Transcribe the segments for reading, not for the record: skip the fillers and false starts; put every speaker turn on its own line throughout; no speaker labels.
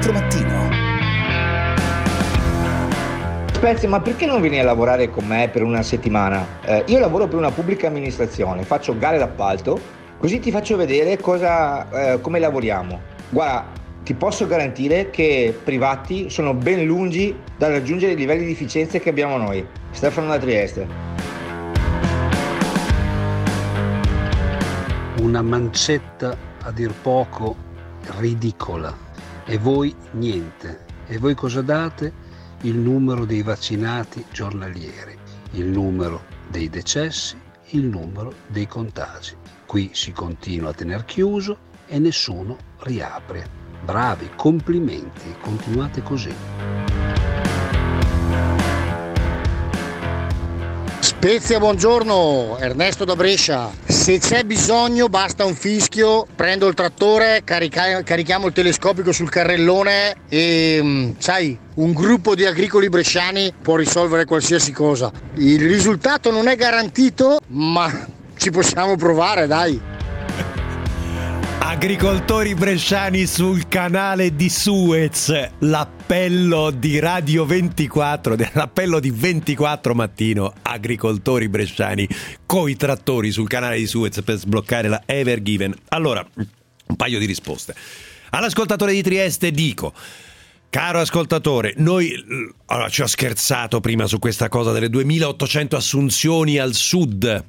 24 Mattino.
Spezia, ma perché non vieni a lavorare con me per una settimana? Io lavoro per una pubblica amministrazione, faccio gare d'appalto, così ti faccio vedere come lavoriamo. Guarda, ti posso garantire che privati sono ben lungi dal raggiungere i livelli di efficienza che abbiamo noi. Stefano da Trieste.
Una mancetta a dir poco ridicola. E voi niente. E voi cosa date? Il numero dei vaccinati giornalieri, il numero dei decessi, il numero dei contagi. Qui si continua a tener chiuso e nessuno riapre. Bravi, complimenti, continuate così.
Spezia, buongiorno, Ernesto da Brescia. Se c'è bisogno basta un fischio, prendo il trattore, carichiamo il telescopico sul carrellone e sai, un gruppo di agricoli bresciani può risolvere qualsiasi cosa. Il risultato non è garantito, ma ci possiamo provare, dai.
Agricoltori bresciani sul canale di Suez, l'appello di Radio 24, l'appello di 24 Mattino, agricoltori bresciani coi trattori sul canale di Suez per sbloccare la Ever Given. Allora, un paio di risposte. All'ascoltatore di Trieste dico: caro ascoltatore, allora, ci ho scherzato prima su questa cosa delle 2800 assunzioni al sud.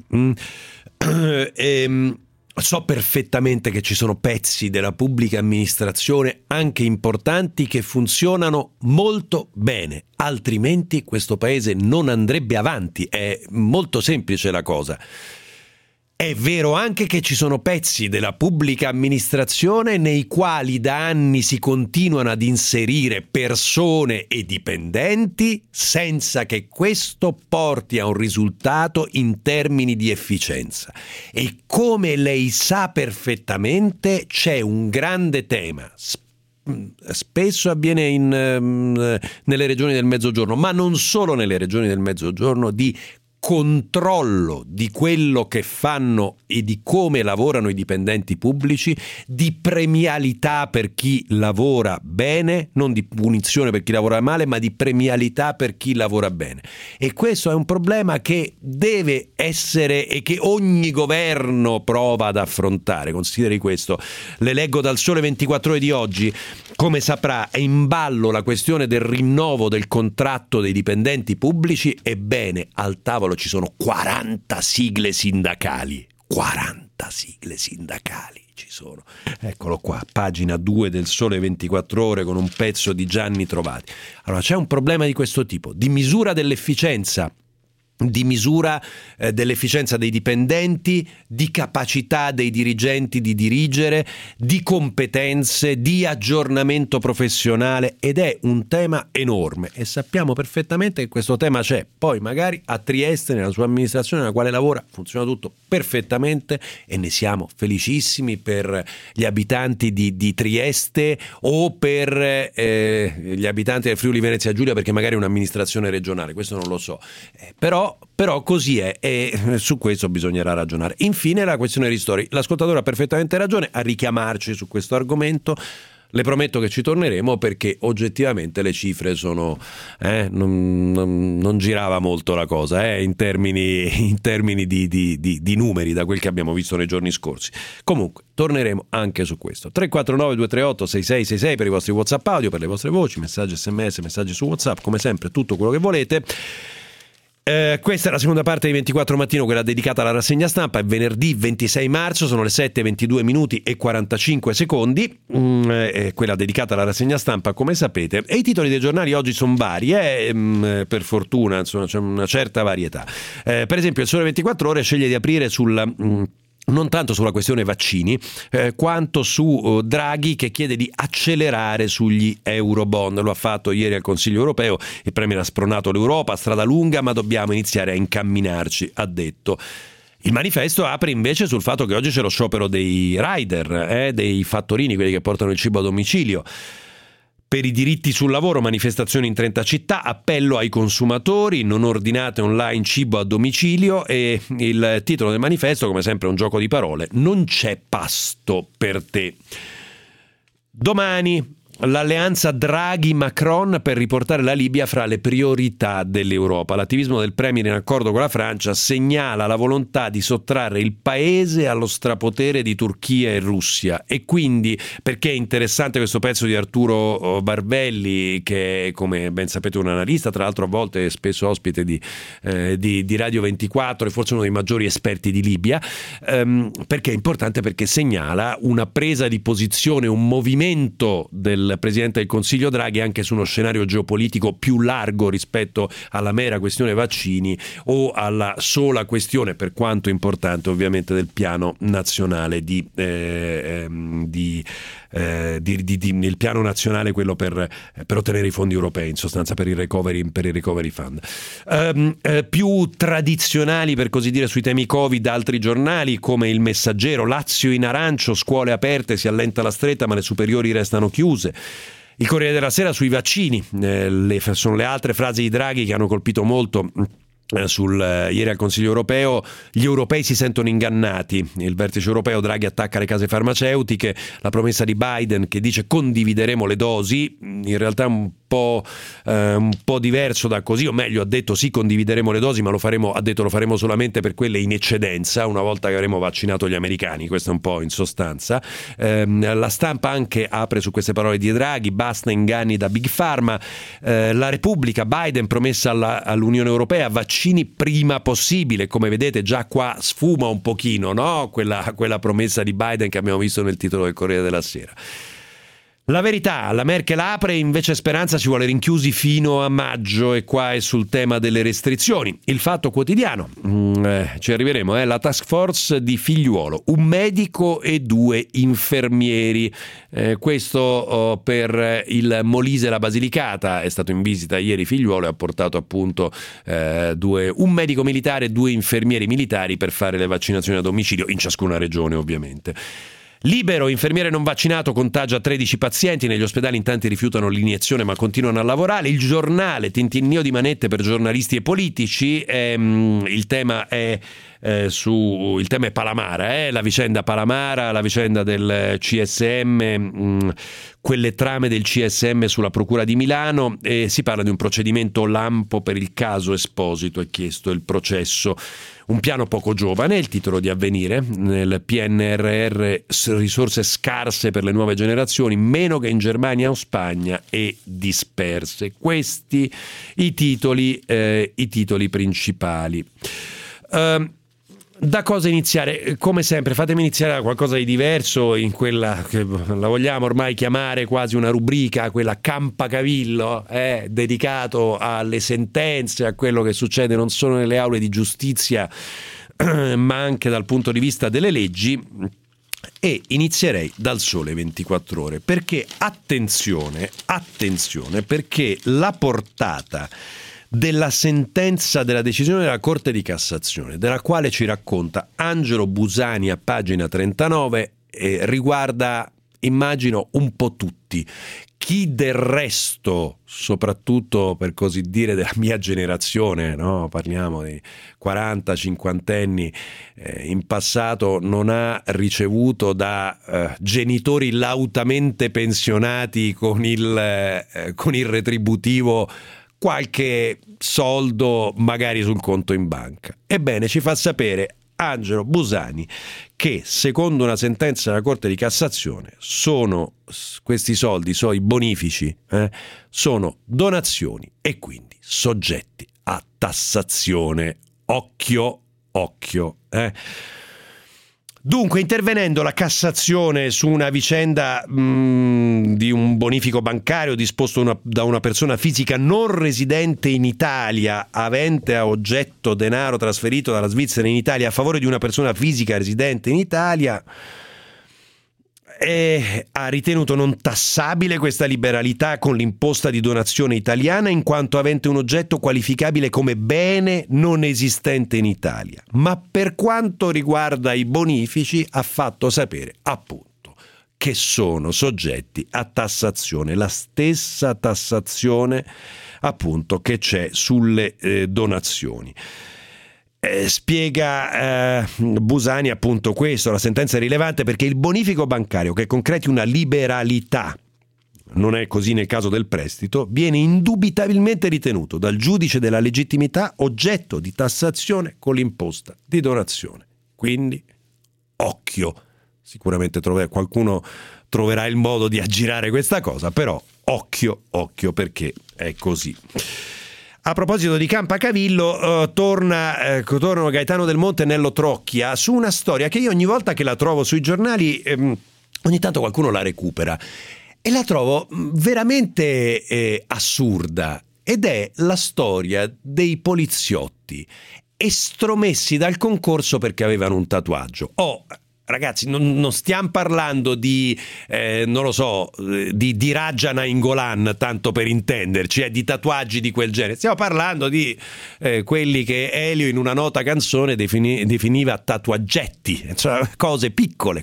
So perfettamente che ci sono pezzi della pubblica amministrazione, anche importanti, che funzionano molto bene, altrimenti questo paese non andrebbe avanti. È molto semplice la cosa. È vero anche che ci sono pezzi della pubblica amministrazione nei quali da anni si continuano ad inserire persone e dipendenti senza che questo porti a un risultato in termini di efficienza. E come lei sa perfettamente, c'è un grande tema. Spesso avviene nelle regioni del Mezzogiorno, ma non solo nelle regioni del Mezzogiorno, di controllo di quello che fanno e di come lavorano i dipendenti pubblici, di premialità per chi lavora bene, non di punizione per chi lavora male, ma di premialità per chi lavora bene. E questo è un problema che deve essere e che ogni governo prova ad affrontare. Consideri questo. Le leggo dal Sole 24 Ore di oggi. Come saprà, è in ballo la questione del rinnovo del contratto dei dipendenti pubblici. Ebbene, al tavolo ci sono 40 sigle sindacali. 40 sigle sindacali ci sono. Eccolo qua, pagina 2 del Sole 24 Ore con un pezzo di Gianni Trovati. Allora, c'è un problema di questo tipo, di misura dell'efficienza, di misura dell'efficienza dei dipendenti, di capacità dei dirigenti di dirigere, di competenze, di aggiornamento professionale, ed è un tema enorme e sappiamo perfettamente che questo tema c'è. Poi magari a Trieste, nella sua amministrazione nella quale lavora, funziona tutto perfettamente e ne siamo felicissimi per gli abitanti di Trieste o per gli abitanti del Friuli Venezia Giulia, perché magari è un'amministrazione regionale, questo non lo so, però così è e su questo bisognerà ragionare. Infine la questione ristori. L'ascoltatore ha perfettamente ragione a richiamarci su questo argomento. Le prometto che ci torneremo, perché oggettivamente le cifre sono non girava molto la cosa in termini di numeri, da quel che abbiamo visto nei giorni scorsi. Comunque torneremo anche su questo. 349 238 6666 per i vostri WhatsApp audio, per le vostre voci, messaggi SMS, messaggi su WhatsApp, come sempre tutto quello che volete. Questa è la seconda parte di 24 Mattino, quella dedicata alla rassegna stampa. È venerdì 26 marzo, sono le 7:22 minuti e 45 secondi, quella dedicata alla rassegna stampa, come sapete. E i titoli dei giornali oggi sono vari, per fortuna, insomma, c'è una certa varietà. Per esempio il Sole 24 Ore sceglie di aprire non tanto sulla questione vaccini, quanto su Draghi, che chiede di accelerare sugli Eurobond. Lo ha fatto ieri al Consiglio europeo. Il Premier ha spronato l'Europa, strada lunga, ma dobbiamo iniziare a incamminarci, ha detto. Il Manifesto apre invece sul fatto che oggi c'è lo sciopero dei rider, dei fattorini, quelli che portano il cibo a domicilio. Per i diritti sul lavoro, manifestazioni in 30 città, appello ai consumatori, non ordinate online cibo a domicilio, e il titolo del manifesto, come sempre, è un gioco di parole: non c'è pasto per te. Domani l'alleanza Draghi-Macron per riportare la Libia fra le priorità dell'Europa. L'attivismo del premier in accordo con la Francia segnala la volontà di sottrarre il paese allo strapotere di Turchia e Russia. E quindi, perché è interessante questo pezzo di Arturo Barbelli, che è, come ben sapete, un analista, tra l'altro a volte spesso ospite di Radio 24 e forse uno dei maggiori esperti di Libia, perché è importante? Perché segnala una presa di posizione, un movimento del Presidente del Consiglio Draghi anche su uno scenario geopolitico più largo rispetto alla mera questione vaccini o alla sola questione, per quanto importante ovviamente, del piano nazionale il piano nazionale, quello per ottenere i fondi europei, in sostanza per il recovery fund. Più tradizionali, per così dire, sui temi Covid, altri giornali come Il Messaggero: Lazio in arancio, scuole aperte, si allenta la stretta ma le superiori restano chiuse. Il Corriere della Sera sui vaccini, sono le altre frasi di Draghi che hanno colpito molto. Ieri al Consiglio europeo: gli europei si sentono ingannati. Il vertice europeo, Draghi attacca le case farmaceutiche, la promessa di Biden che dice condivideremo le dosi, in realtà un po' diverso da così, o meglio, ha detto sì, condivideremo le dosi, ma lo faremo solamente per quelle in eccedenza, una volta che avremo vaccinato gli americani. Questo è un po' in sostanza. La Stampa anche apre su queste parole di Draghi: basta inganni da Big Pharma. La Repubblica: Biden, promessa all'Unione Europea, vaccini prima possibile. Come vedete già qua sfuma un pochino, no? Quella promessa di Biden che abbiamo visto nel titolo del Corriere della Sera. La Verità: la Merkel apre, invece Speranza ci vuole rinchiusi fino a maggio, e qua è sul tema delle restrizioni. Il Fatto Quotidiano, ci arriveremo, la task force di Figliuolo, un medico e 2 infermieri, questo per il Molise e la Basilicata. È stato in visita ieri Figliuolo e ha portato appunto un medico militare e 2 infermieri militari per fare le vaccinazioni a domicilio in ciascuna regione, ovviamente. Libero: infermiere non vaccinato contagia 13 pazienti, negli ospedali in tanti rifiutano l'iniezione ma continuano a lavorare. Il Giornale: tintinnio di manette per giornalisti e politici. Il tema è Palamara, la vicenda Palamara, la vicenda del CSM, quelle trame del CSM sulla Procura di Milano, e si parla di un procedimento lampo per il caso Esposito, è chiesto il processo. Un piano poco giovane, il titolo di Avvenire: nel PNRR risorse scarse per le nuove generazioni, meno che in Germania o Spagna, e disperse. Questi i titoli principali. Da cosa iniziare? Come sempre, fatemi iniziare da qualcosa di diverso, in quella che la vogliamo ormai chiamare quasi una rubrica, quella Campacavillo, dedicato alle sentenze, a quello che succede non solo nelle aule di giustizia, ma anche dal punto di vista delle leggi. E inizierei dal Sole 24 Ore, perché attenzione, perché la portata della sentenza della decisione della Corte di Cassazione, della quale ci racconta Angelo Busani a pagina 39, riguarda, immagino, un po' tutti. Chi del resto, soprattutto per così dire della mia generazione, no? Parliamo di 40-50 anni, in passato non ha ricevuto da genitori lautamente pensionati con il retributivo qualche soldo magari sul conto in banca. Ebbene, ci fa sapere Angelo Busani che secondo una sentenza della Corte di Cassazione questi soldi, i bonifici, sono donazioni e quindi soggetti a tassazione. Occhio. Dunque, intervenendo la Cassazione su una vicenda di un bonifico bancario disposto da una persona fisica non residente in Italia, avente a oggetto denaro trasferito dalla Svizzera in Italia a favore di una persona fisica residente in Italia, ha ritenuto non tassabile questa liberalità con l'imposta di donazione italiana, in quanto avente un oggetto qualificabile come bene non esistente in Italia. Ma per quanto riguarda i bonifici, ha fatto sapere appunto che sono soggetti a tassazione, la stessa tassazione appunto che c'è sulle donazioni. Spiega Busani appunto questo: la sentenza è rilevante perché il bonifico bancario che concreti una liberalità non è così nel caso del prestito, viene indubitabilmente ritenuto dal giudice della legittimità oggetto di tassazione con l'imposta di donazione. Quindi, occhio, sicuramente qualcuno troverà il modo di aggirare questa cosa, però occhio perché è così. A proposito di Campacavillo, tornano Gaetano Del Monte e Nello Trocchia su una storia che io ogni volta che la trovo sui giornali, ogni tanto qualcuno la recupera e la trovo veramente assurda, ed è la storia dei poliziotti estromessi dal concorso perché avevano un tatuaggio. Ragazzi, non stiamo parlando di, non lo so, di Raja Nainggolan, tanto per intenderci, di tatuaggi di quel genere. Stiamo parlando di quelli che Elio in una nota canzone definiva tatuaggetti, cioè cose piccole.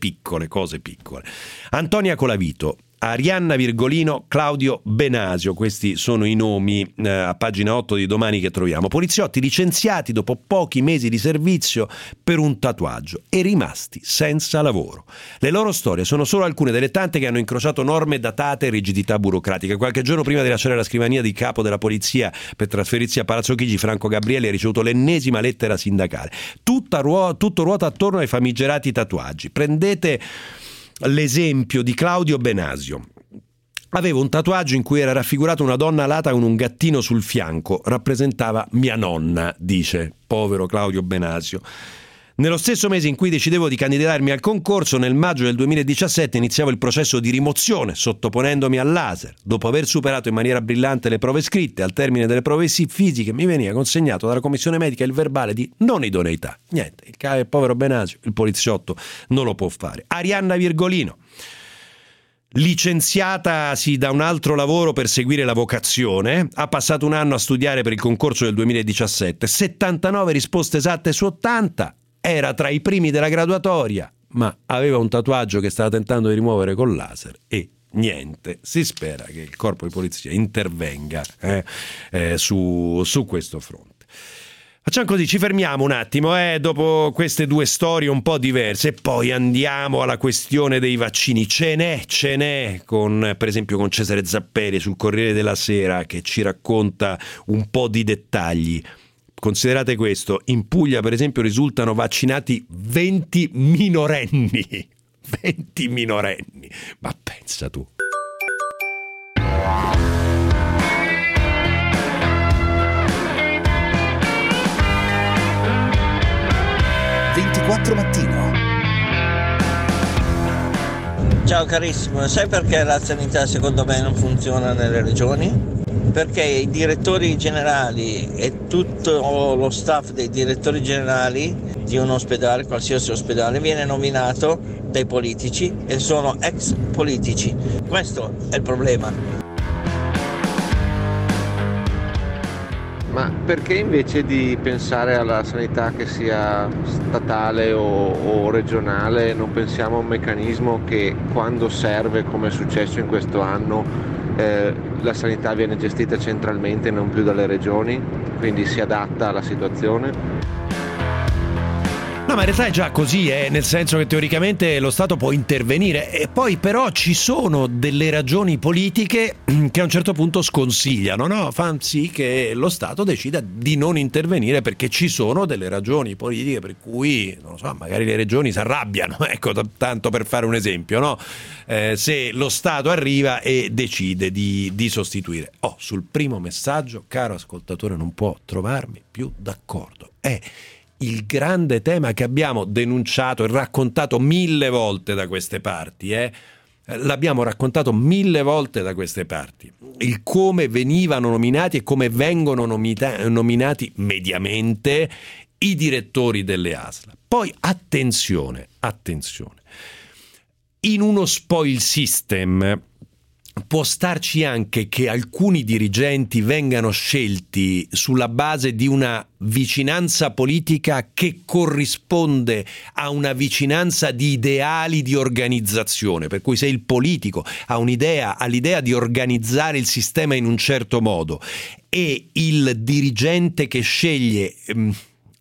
Antonia Colavito, Arianna Virgolino, Claudio Benasio, questi sono i nomi a pagina 8 di Domani che troviamo. Poliziotti licenziati dopo pochi mesi di servizio per un tatuaggio e rimasti senza lavoro. Le loro storie sono solo alcune delle tante che hanno incrociato norme datate e rigidità burocratiche. Qualche giorno prima di lasciare la scrivania di capo della polizia per trasferirsi a Palazzo Chigi, Franco Gabrielli ha ricevuto l'ennesima lettera sindacale. Tutto ruota attorno ai famigerati tatuaggi. Prendete l'esempio di Claudio Benasio. Avevo un tatuaggio in cui era raffigurata una donna alata con un gattino sul fianco, rappresentava mia nonna, dice povero Claudio Benasio. Nello stesso mese in cui decidevo di candidarmi al concorso, nel maggio del 2017 iniziavo il processo di rimozione sottoponendomi al laser. Dopo aver superato in maniera brillante le prove scritte, al termine delle prove fisiche mi veniva consegnato dalla commissione medica il verbale di non idoneità. Niente, il povero Benasio, il poliziotto, non lo può fare. Arianna Virgolino, licenziatasi da un altro lavoro per seguire la vocazione, ha passato un anno a studiare per il concorso del 2017, 79 risposte esatte su 80, era tra i primi della graduatoria, ma aveva un tatuaggio che stava tentando di rimuovere col laser e niente. Si spera che il corpo di polizia intervenga su questo fronte. Facciamo così, ci fermiamo un attimo dopo queste due storie un po' diverse e poi andiamo alla questione dei vaccini. Ce n'è per esempio con Cesare Zapperi sul Corriere della Sera che ci racconta un po' di dettagli. Considerate questo, in Puglia per esempio risultano vaccinati 20 minorenni, ma pensa tu.
Mattino.
Ciao carissimo, sai perché la sanità secondo me non funziona nelle regioni? Perché i direttori generali e tutto lo staff dei direttori generali di un ospedale, qualsiasi ospedale, viene nominato dai politici e sono ex politici. Questo è il problema.
Ma perché invece di pensare alla sanità che sia statale o regionale non pensiamo a un meccanismo che quando serve, come è successo in questo anno, la sanità viene gestita centralmente e non più dalle regioni, quindi si adatta alla situazione?
No, ma in realtà è già così, nel senso che teoricamente lo Stato può intervenire e poi però ci sono delle ragioni politiche che a un certo punto sconsigliano, no? Fanno sì che lo Stato decida di non intervenire perché ci sono delle ragioni politiche per cui, non lo so, magari le regioni si arrabbiano, ecco, tanto per fare un esempio, no? Se lo Stato arriva e decide di sostituire. Sul primo messaggio, caro ascoltatore, non può trovarmi più d'accordo. Il grande tema che abbiamo denunciato e raccontato 1000 volte da queste parti, l'abbiamo raccontato 1000 volte da queste parti, il come venivano nominati e come vengono nominati mediamente i direttori delle ASL. Poi attenzione, in uno spoil system può starci anche che alcuni dirigenti vengano scelti sulla base di una vicinanza politica che corrisponde a una vicinanza di ideali di organizzazione, per cui se il politico ha l'idea di organizzare il sistema in un certo modo e il dirigente che sceglie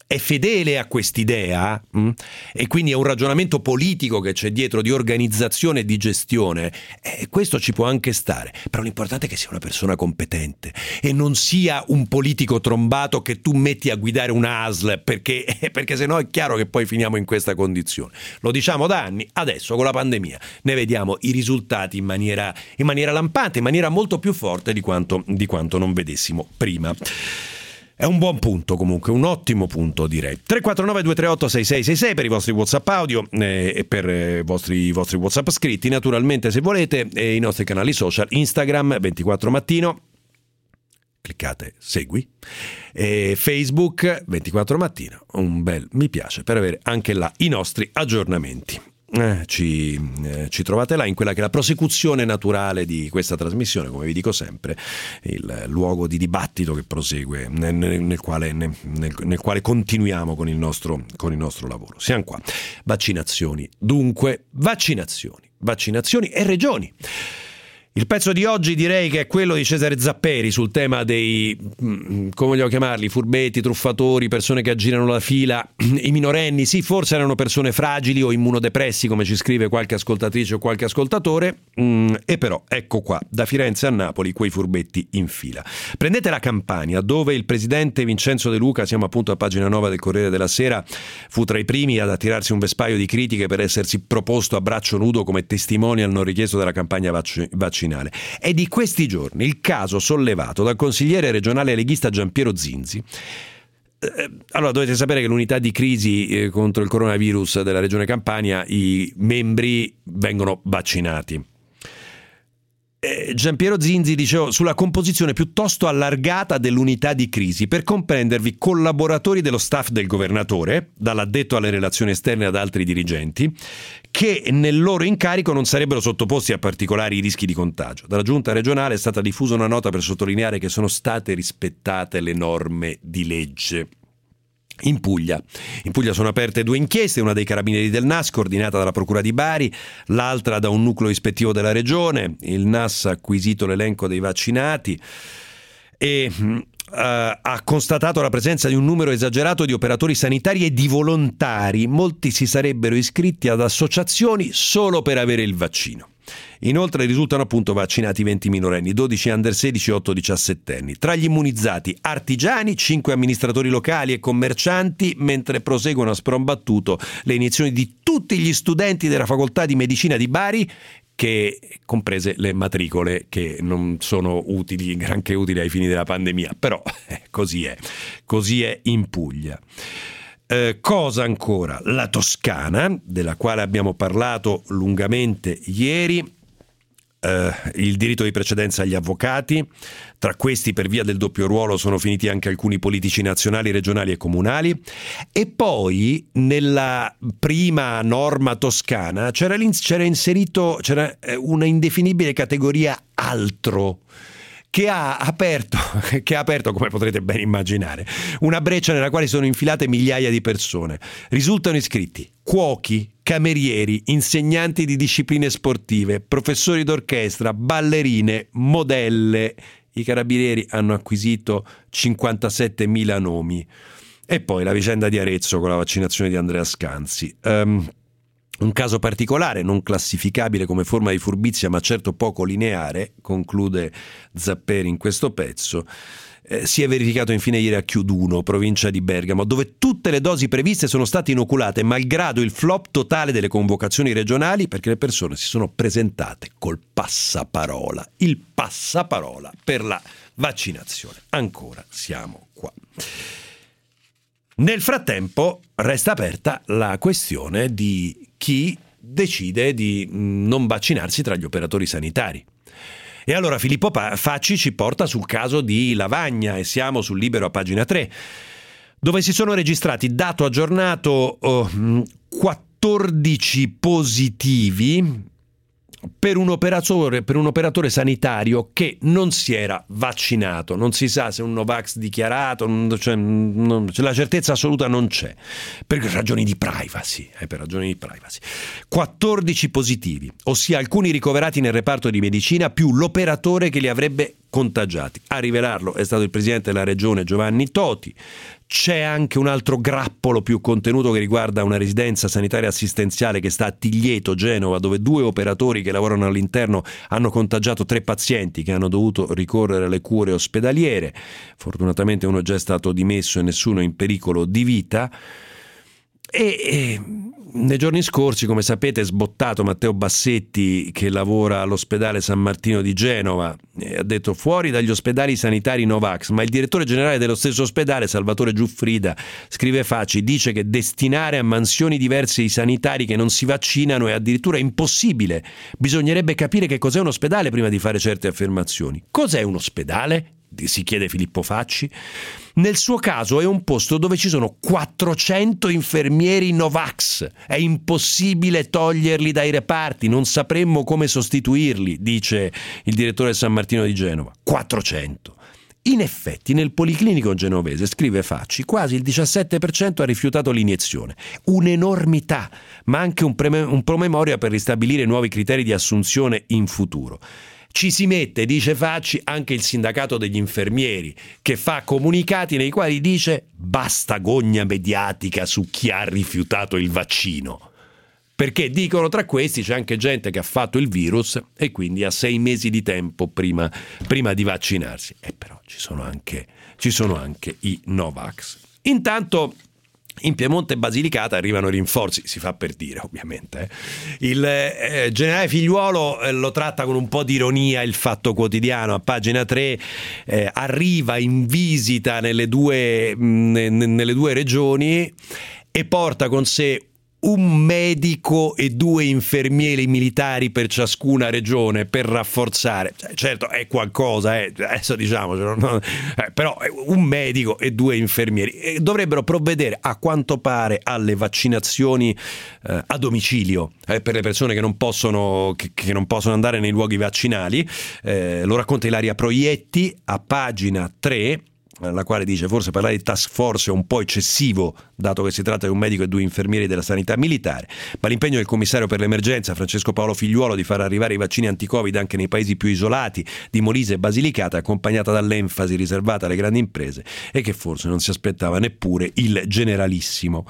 è fedele a quest'idea, e quindi è un ragionamento politico che c'è dietro di organizzazione e di gestione, questo ci può anche stare, però l'importante è che sia una persona competente e non sia un politico trombato che tu metti a guidare una ASL, perché sennò è chiaro che poi finiamo in questa condizione. Lo diciamo da anni, adesso con la pandemia ne vediamo i risultati in maniera lampante, in maniera molto più forte di quanto non vedessimo prima. È un buon punto, comunque, un ottimo punto, direi. 349-238-6666 per i vostri WhatsApp audio e per i vostri WhatsApp scritti, naturalmente, se volete, e i nostri canali social, Instagram 24 Mattino, cliccate segui, e Facebook 24 Mattino, un bel mi piace per avere anche là i nostri aggiornamenti. Ci trovate là in quella che è la prosecuzione naturale di questa trasmissione, come vi dico sempre, il luogo di dibattito che prosegue, nel quale continuiamo con il nostro lavoro. Siamo qua. Vaccinazioni, dunque, vaccinazioni e regioni. Il pezzo di oggi direi che è quello di Cesare Zapperi sul tema dei, come vogliamo chiamarli, furbetti, truffatori, persone che aggirano la fila, i minorenni. Sì, forse erano persone fragili o immunodepressi, come ci scrive qualche ascoltatrice o qualche ascoltatore, e però ecco qua, da Firenze a Napoli, quei furbetti in fila. Prendete la Campania, dove il presidente Vincenzo De Luca, siamo appunto a pagina 9 del Corriere della Sera, fu tra i primi ad attirarsi un vespaio di critiche per essersi proposto a braccio nudo come testimonial non richiesto della campagna vaccinale. È di questi giorni il caso sollevato dal consigliere regionale leghista Giampiero Zinzi. Allora, dovete sapere che l'unità di crisi contro il coronavirus della regione Campania, i membri vengono vaccinati. Giampiero Zinzi dicevo sulla composizione piuttosto allargata dell'unità di crisi, per comprendervi collaboratori dello staff del governatore, dall'addetto alle relazioni esterne ad altri dirigenti, che nel loro incarico non sarebbero sottoposti a particolari rischi di contagio. Dalla giunta regionale è stata diffusa una nota per sottolineare che sono state rispettate le norme di legge. In Puglia sono aperte 2 inchieste, una dei carabinieri del NAS coordinata dalla procura di Bari, l'altra da un nucleo ispettivo della regione. Il NAS ha acquisito l'elenco dei vaccinati e ha constatato la presenza di un numero esagerato di operatori sanitari e di volontari. Molti si sarebbero iscritti ad associazioni solo per avere il vaccino. Inoltre risultano appunto vaccinati 20 minorenni, 12 under 16 e 8 17enni. Tra gli immunizzati artigiani, 5 amministratori locali e commercianti, mentre proseguono a sprombattuto le iniezioni di tutti gli studenti della facoltà di medicina di Bari, che comprese le matricole, che non sono granché utili ai fini della pandemia, però così è in Puglia. Cosa ancora? La Toscana, della quale abbiamo parlato lungamente ieri. Il diritto di precedenza agli avvocati, tra questi per via del doppio ruolo sono finiti anche alcuni politici nazionali, regionali e comunali, e poi nella prima norma toscana c'era una indefinibile categoria altro, che ha aperto, come potrete ben immaginare, una breccia nella quale sono infilate migliaia di persone. Risultano iscritti cuochi, camerieri, insegnanti di discipline sportive, professori d'orchestra, ballerine, modelle. I carabinieri hanno acquisito 57.000 nomi. E poi la vicenda di Arezzo con la vaccinazione di Andrea Scanzi. Un caso particolare, non classificabile come forma di furbizia, ma certo poco lineare, conclude Zapperi in questo pezzo, si è verificato infine ieri a Chiuduno, provincia di Bergamo, dove tutte le dosi previste sono state inoculate, malgrado il flop totale delle convocazioni regionali, perché le persone si sono presentate col passaparola, il passaparola per la vaccinazione. Ancora siamo qua. Nel frattempo resta aperta la questione di chi decide di non vaccinarsi tra gli operatori sanitari. E allora Filippo Facci ci porta sul caso di Lavagna, e siamo sul Libero a pagina 3, dove si sono registrati, dato aggiornato, 14 positivi per un operatore sanitario che non si era vaccinato. Non si sa se un Novax dichiarato, la certezza assoluta non c'è, per ragioni di privacy. 14 positivi, ossia alcuni ricoverati nel reparto di medicina più l'operatore che li avrebbe contagiati. A rivelarlo è stato il presidente della regione Giovanni Toti. C'è anche un altro grappolo più contenuto che riguarda una residenza sanitaria assistenziale che sta a Tiglieto, Genova, dove 2 operatori che lavorano all'interno hanno contagiato 3 pazienti che hanno dovuto ricorrere alle cure ospedaliere. Fortunatamente uno è già stato dimesso e nessuno è in pericolo di vita. E nei giorni scorsi, come sapete, è sbottato Matteo Bassetti, che lavora all'ospedale San Martino di Genova, e ha detto: fuori dagli ospedali sanitari Novax. Ma il direttore generale dello stesso ospedale, Salvatore Giuffrida, scrive Facci, dice che destinare a mansioni diverse i sanitari che non si vaccinano è addirittura impossibile. Bisognerebbe capire che cos'è un ospedale prima di fare certe affermazioni. Cos'è un ospedale? Si chiede Filippo Facci. Nel suo caso è un posto dove ci sono 400 infermieri Novax. È impossibile toglierli dai reparti, non sapremmo come sostituirli, dice il direttore del San Martino di Genova. 400. In effetti nel Policlinico genovese, scrive Facci, quasi il 17% ha rifiutato l'iniezione. Un'enormità, ma anche un promemoria per ristabilire nuovi criteri di assunzione in futuro. Ci si mette, dice Facci, anche il sindacato degli infermieri, che fa comunicati nei quali dice: basta gogna mediatica su chi ha rifiutato il vaccino. Perché dicono, tra questi c'è anche gente che ha fatto il virus e quindi ha 6 mesi di tempo prima di vaccinarsi. E però ci sono anche i Novax. Intanto in Piemonte e Basilicata arrivano rinforzi, si fa per dire ovviamente. Il generale Figliuolo lo tratta con un po' di ironia il Fatto Quotidiano, a pagina 3, arriva in visita nelle due regioni e porta con sé un medico e 2 infermieri militari per ciascuna regione per rafforzare. Certo, è qualcosa, adesso diciamocelo, no? Però un medico e 2 infermieri dovrebbero provvedere, a quanto pare, alle vaccinazioni a domicilio per le persone che non possono andare nei luoghi vaccinali. Lo racconta Ilaria Proietti a pagina 3, la quale dice: forse parlare di task force è un po' eccessivo, dato che si tratta di un medico e 2 infermieri della sanità militare, ma l'impegno del commissario per l'emergenza Francesco Paolo Figliuolo di far arrivare i vaccini anti-Covid anche nei paesi più isolati di Molise e Basilicata è accompagnata dall'enfasi riservata alle grandi imprese e che forse non si aspettava neppure il generalissimo.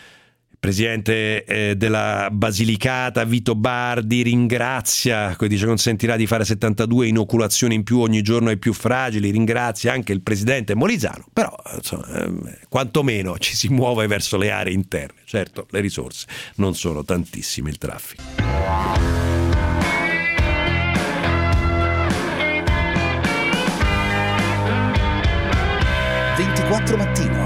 Presidente della Basilicata Vito Bardi ringrazia, dice consentirà di fare 72 inoculazioni in più ogni giorno ai più fragili, ringrazia anche il presidente Molisano, però insomma, quantomeno ci si muove verso le aree interne. Certo, le risorse non sono tantissime, il traffico.
24 Mattino.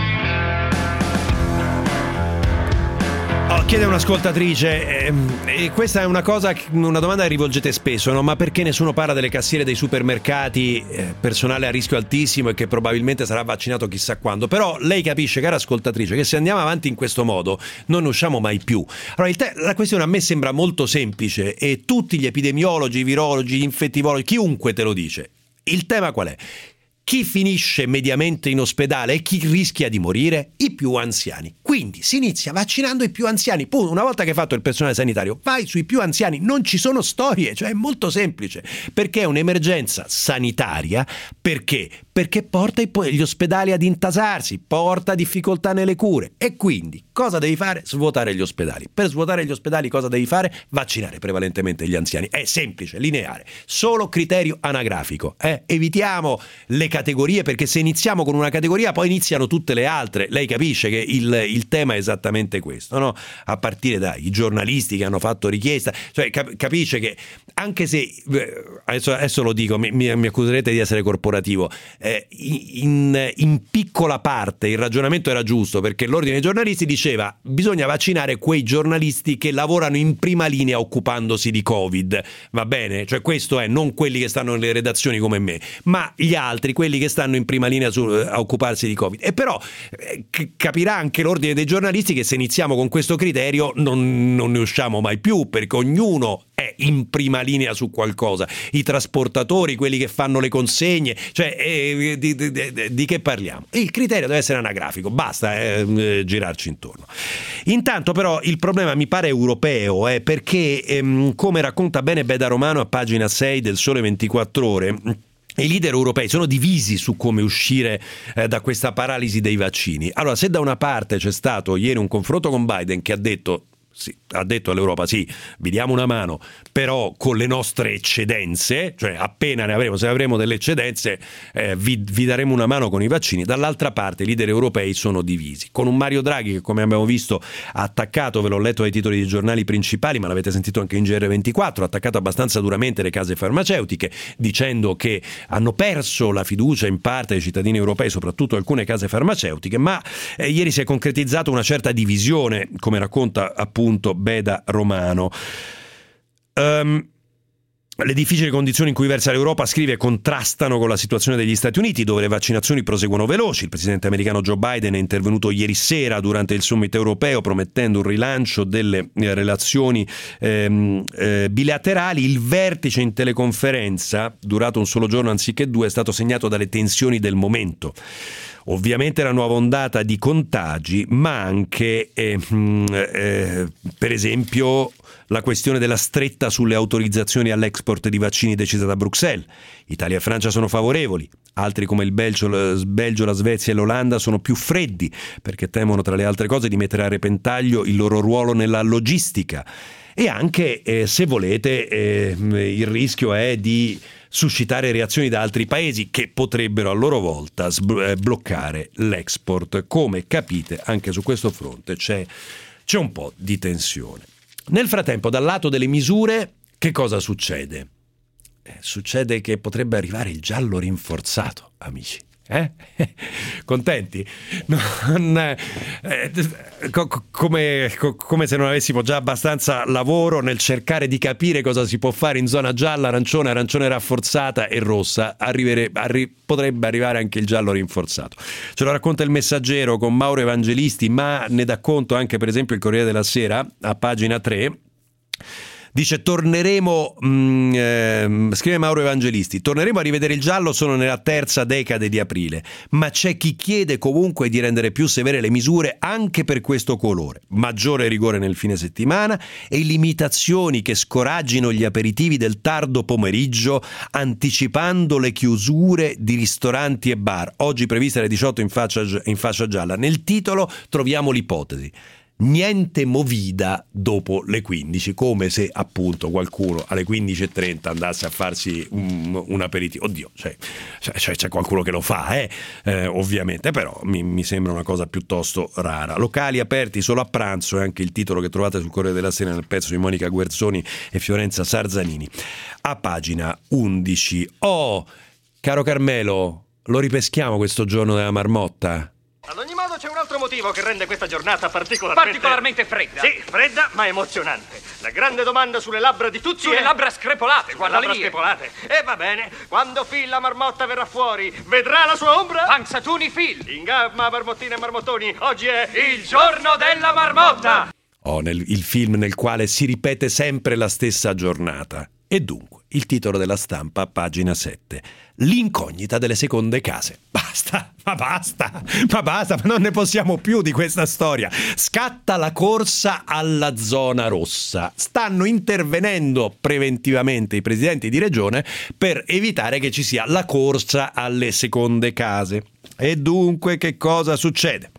Chiede un'ascoltatrice, e questa è una domanda che rivolgete spesso, no? Ma perché nessuno parla delle cassiere dei supermercati, personale a rischio altissimo e che probabilmente sarà vaccinato chissà quando? Però lei capisce, cara ascoltatrice, che se andiamo avanti in questo modo non ne usciamo mai più. Allora, la questione a me sembra molto semplice e tutti gli epidemiologi, i virologi, gli infettivologi, chiunque te lo dice. Il tema qual è? Chi finisce mediamente in ospedale e chi rischia di morire? I più anziani. Quindi si inizia vaccinando i più anziani. Una volta che hai fatto il personale sanitario, vai sui più anziani. Non ci sono storie, cioè è molto semplice. Perché è un'emergenza sanitaria. Perché? Perché porta gli ospedali ad intasarsi, porta difficoltà nelle cure. E quindi cosa devi fare? Svuotare gli ospedali. Per svuotare gli ospedali cosa devi fare? Vaccinare prevalentemente gli anziani. È semplice, lineare. Solo criterio anagrafico. Evitiamo le categorie, perché se iniziamo con una categoria poi iniziano tutte le altre. Lei capisce che il tema è esattamente questo, no? A partire dai giornalisti che hanno fatto richiesta, cioè capisce che anche se adesso lo dico, mi accuserete di essere corporativo, in piccola parte il ragionamento era giusto, perché l'ordine dei giornalisti diceva bisogna vaccinare quei giornalisti che lavorano in prima linea occupandosi di Covid, va bene? Cioè questo è, non quelli che stanno nelle redazioni come me, ma gli altri, quelli che stanno in prima linea a occuparsi di Covid. E però capirà anche l'ordine dei giornalisti che se iniziamo con questo criterio non ne usciamo mai più, perché ognuno è in prima linea su qualcosa. I trasportatori, quelli che fanno le consegne, cioè di che parliamo? Il criterio deve essere anagrafico, basta girarci intorno. Intanto però il problema mi pare europeo, perché come racconta bene Beda Romano a pagina 6 del Sole 24 Ore, i leader europei sono divisi su come uscire da questa paralisi dei vaccini. Allora, se da una parte c'è stato ieri un confronto con Biden che ha detto all'Europa sì, vi diamo una mano, però con le nostre eccedenze, cioè appena ne avremo, se avremo delle eccedenze vi daremo una mano con i vaccini. Dall'altra parte i leader europei sono divisi, con un Mario Draghi che, come abbiamo visto, ha attaccato, ve l'ho letto ai titoli dei giornali principali, ma l'avete sentito anche in GR24, ha attaccato abbastanza duramente le case farmaceutiche, dicendo che hanno perso la fiducia in parte dei cittadini europei, soprattutto alcune case farmaceutiche, ma ieri si è concretizzata una certa divisione, come racconta appunto Beda Romano. Le difficili condizioni in cui versa l'Europa, scrive, contrastano con la situazione degli Stati Uniti, dove le vaccinazioni proseguono veloci. Il presidente americano Joe Biden è intervenuto ieri sera durante il summit europeo promettendo un rilancio delle relazioni bilaterali. Il vertice in teleconferenza, durato un solo giorno anziché 2, è stato segnato dalle tensioni del momento. Ovviamente la nuova ondata di contagi, ma anche per esempio la questione della stretta sulle autorizzazioni all'export di vaccini decisa da Bruxelles. Italia e Francia sono favorevoli, altri come il Belgio, la Svezia e l'Olanda sono più freddi perché temono, tra le altre cose, di mettere a repentaglio il loro ruolo nella logistica. E anche, se volete, il rischio è di suscitare reazioni da altri paesi che potrebbero a loro volta bloccare l'export. Come capite, anche su questo fronte c'è un po' di tensione. Nel frattempo, dal lato delle misure, che cosa succede? Succede che potrebbe arrivare il giallo rinforzato, amici. Contenti? Come se non avessimo già abbastanza lavoro nel cercare di capire cosa si può fare in zona gialla, arancione rafforzata e rossa. Potrebbe arrivare anche il giallo rinforzato. Ce lo racconta il Messaggero con Mauro Evangelisti, ma ne dà conto anche per esempio il Corriere della Sera a pagina 3. Dice: torneremo, scrive Mauro Evangelisti, torneremo a rivedere il giallo solo nella terza decade di aprile, ma c'è chi chiede comunque di rendere più severe le misure anche per questo colore, maggiore rigore nel fine settimana e limitazioni che scoraggino gli aperitivi del tardo pomeriggio, anticipando le chiusure di ristoranti e bar, oggi previste alle 18 in fascia gialla. Nel titolo troviamo l'ipotesi: niente movida dopo le 15, come se appunto qualcuno alle 15:30 andasse a farsi un aperitivo. Oddio, c'è qualcuno che lo fa, ovviamente, però mi sembra una cosa piuttosto rara. Locali aperti solo a pranzo è anche il titolo che trovate sul Corriere della Sera nel pezzo di Monica Guerzoni e Fiorenza Sarzanini a pagina 11. Oh, caro Carmelo, lo ripeschiamo questo giorno della marmotta?
Ad ogni modo c'è un altro motivo che rende questa giornata particolarmente fredda. Sì, fredda ma emozionante. La grande domanda sulle labbra di tutti
sulle labbra screpolate, guarda le mie.
Screpolate. E va bene, quando Phil la marmotta verrà fuori, vedrà la sua ombra?
Panzatuni Phil.
In gamma, marmottine e marmottoni, oggi è
il giorno della marmotta.
Il film nel quale si ripete sempre la stessa giornata. E dunque, il titolo della Stampa, pagina 7. L'incognita delle seconde case. Basta, ma non ne possiamo più di questa storia. Scatta la corsa alla zona rossa. Stanno intervenendo preventivamente i presidenti di regione per evitare che ci sia la corsa alle seconde case. E dunque che cosa succede?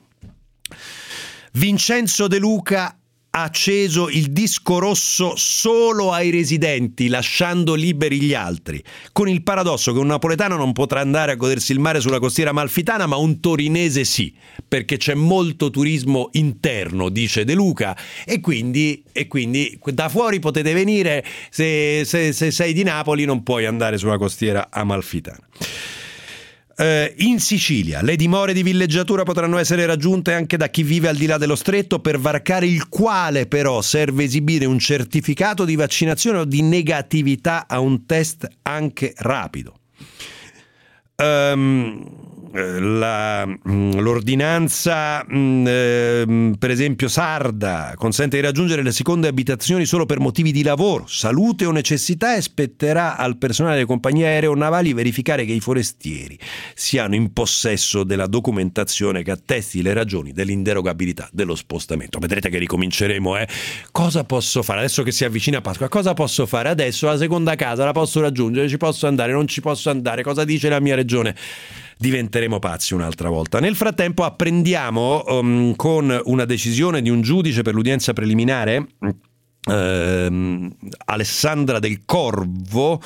Vincenzo De Luca ha acceso il disco rosso solo ai residenti, lasciando liberi gli altri, con il paradosso che un napoletano non potrà andare a godersi il mare sulla costiera amalfitana, ma un torinese sì, perché c'è molto turismo interno, dice De Luca, e quindi da fuori potete venire, se sei di Napoli non puoi andare sulla costiera amalfitana. In Sicilia le dimore di villeggiatura potranno essere raggiunte anche da chi vive al di là dello stretto, per varcare il quale però serve esibire un certificato di vaccinazione o di negatività a un test anche rapido. l'ordinanza per esempio sarda consente di raggiungere le seconde abitazioni solo per motivi di lavoro, salute o necessità, e spetterà al personale delle compagnie aeronavali verificare che i forestieri siano in possesso della documentazione che attesti le ragioni dell'inderogabilità dello spostamento. Vedrete che ricominceremo, Cosa posso fare adesso che si avvicina Pasqua? Cosa posso fare adesso? La seconda casa la posso raggiungere? Ci posso andare? Non ci posso andare? Cosa dice la mia regione? Diventeremo pazzi un'altra volta. Nel frattempo apprendiamo con una decisione di un giudice per l'udienza preliminare, Alessandra Del Corvo,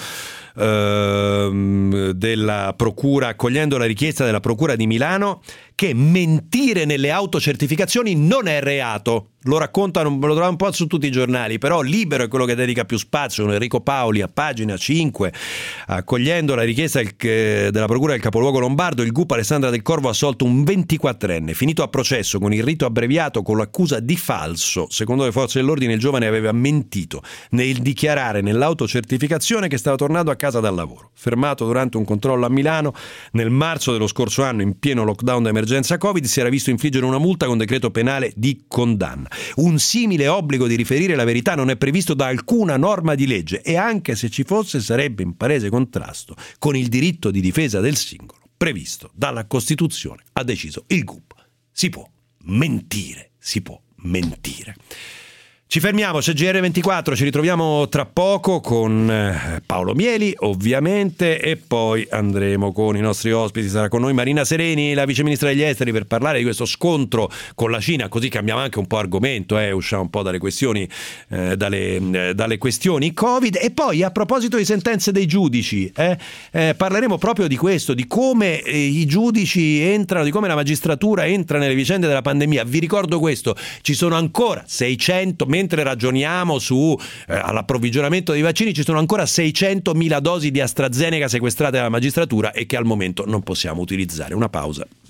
della procura, accogliendo la richiesta della procura di Milano, che mentire nelle autocertificazioni non è reato. Lo raccontano, lo troviamo un po' su tutti i giornali, però Libero è quello che dedica più spazio, Enrico Paoli a pagina 5, accogliendo la richiesta della procura del capoluogo lombardo. Il GUP Alessandra Del Corvo ha assolto un 24enne finito a processo con il rito abbreviato con l'accusa di falso. Secondo le forze dell'ordine il giovane aveva mentito nel dichiarare nell'autocertificazione che stava tornando a casa dal lavoro. Fermato durante un controllo a Milano nel marzo dello scorso anno, in pieno lockdown d'emergenza Covid, si era visto infliggere una multa con decreto penale di condanna. Un simile obbligo di riferire la verità non è previsto da alcuna norma di legge, e anche se ci fosse sarebbe in palese contrasto con il diritto di difesa del singolo previsto dalla Costituzione, ha deciso il GUP. Si può mentire, si può mentire. Ci fermiamo, c'è GR24, ci ritroviamo tra poco con Paolo Mieli ovviamente, e poi andremo con i nostri ospiti. Sarà con noi Marina Sereni, la viceministra degli esteri, per parlare di questo scontro con la Cina, così cambiamo anche un po' argomento, usciamo un po' dalle questioni dalle questioni Covid. E poi, a proposito di sentenze dei giudici, parleremo proprio di questo, di come i giudici entrano, di come la magistratura entra nelle vicende della pandemia. Vi ricordo questo: ci sono ancora 600, mentre ragioniamo su all'approvvigionamento dei vaccini, ci sono ancora 600.000 dosi di AstraZeneca sequestrate dalla magistratura e che al momento non possiamo utilizzare. Una pausa.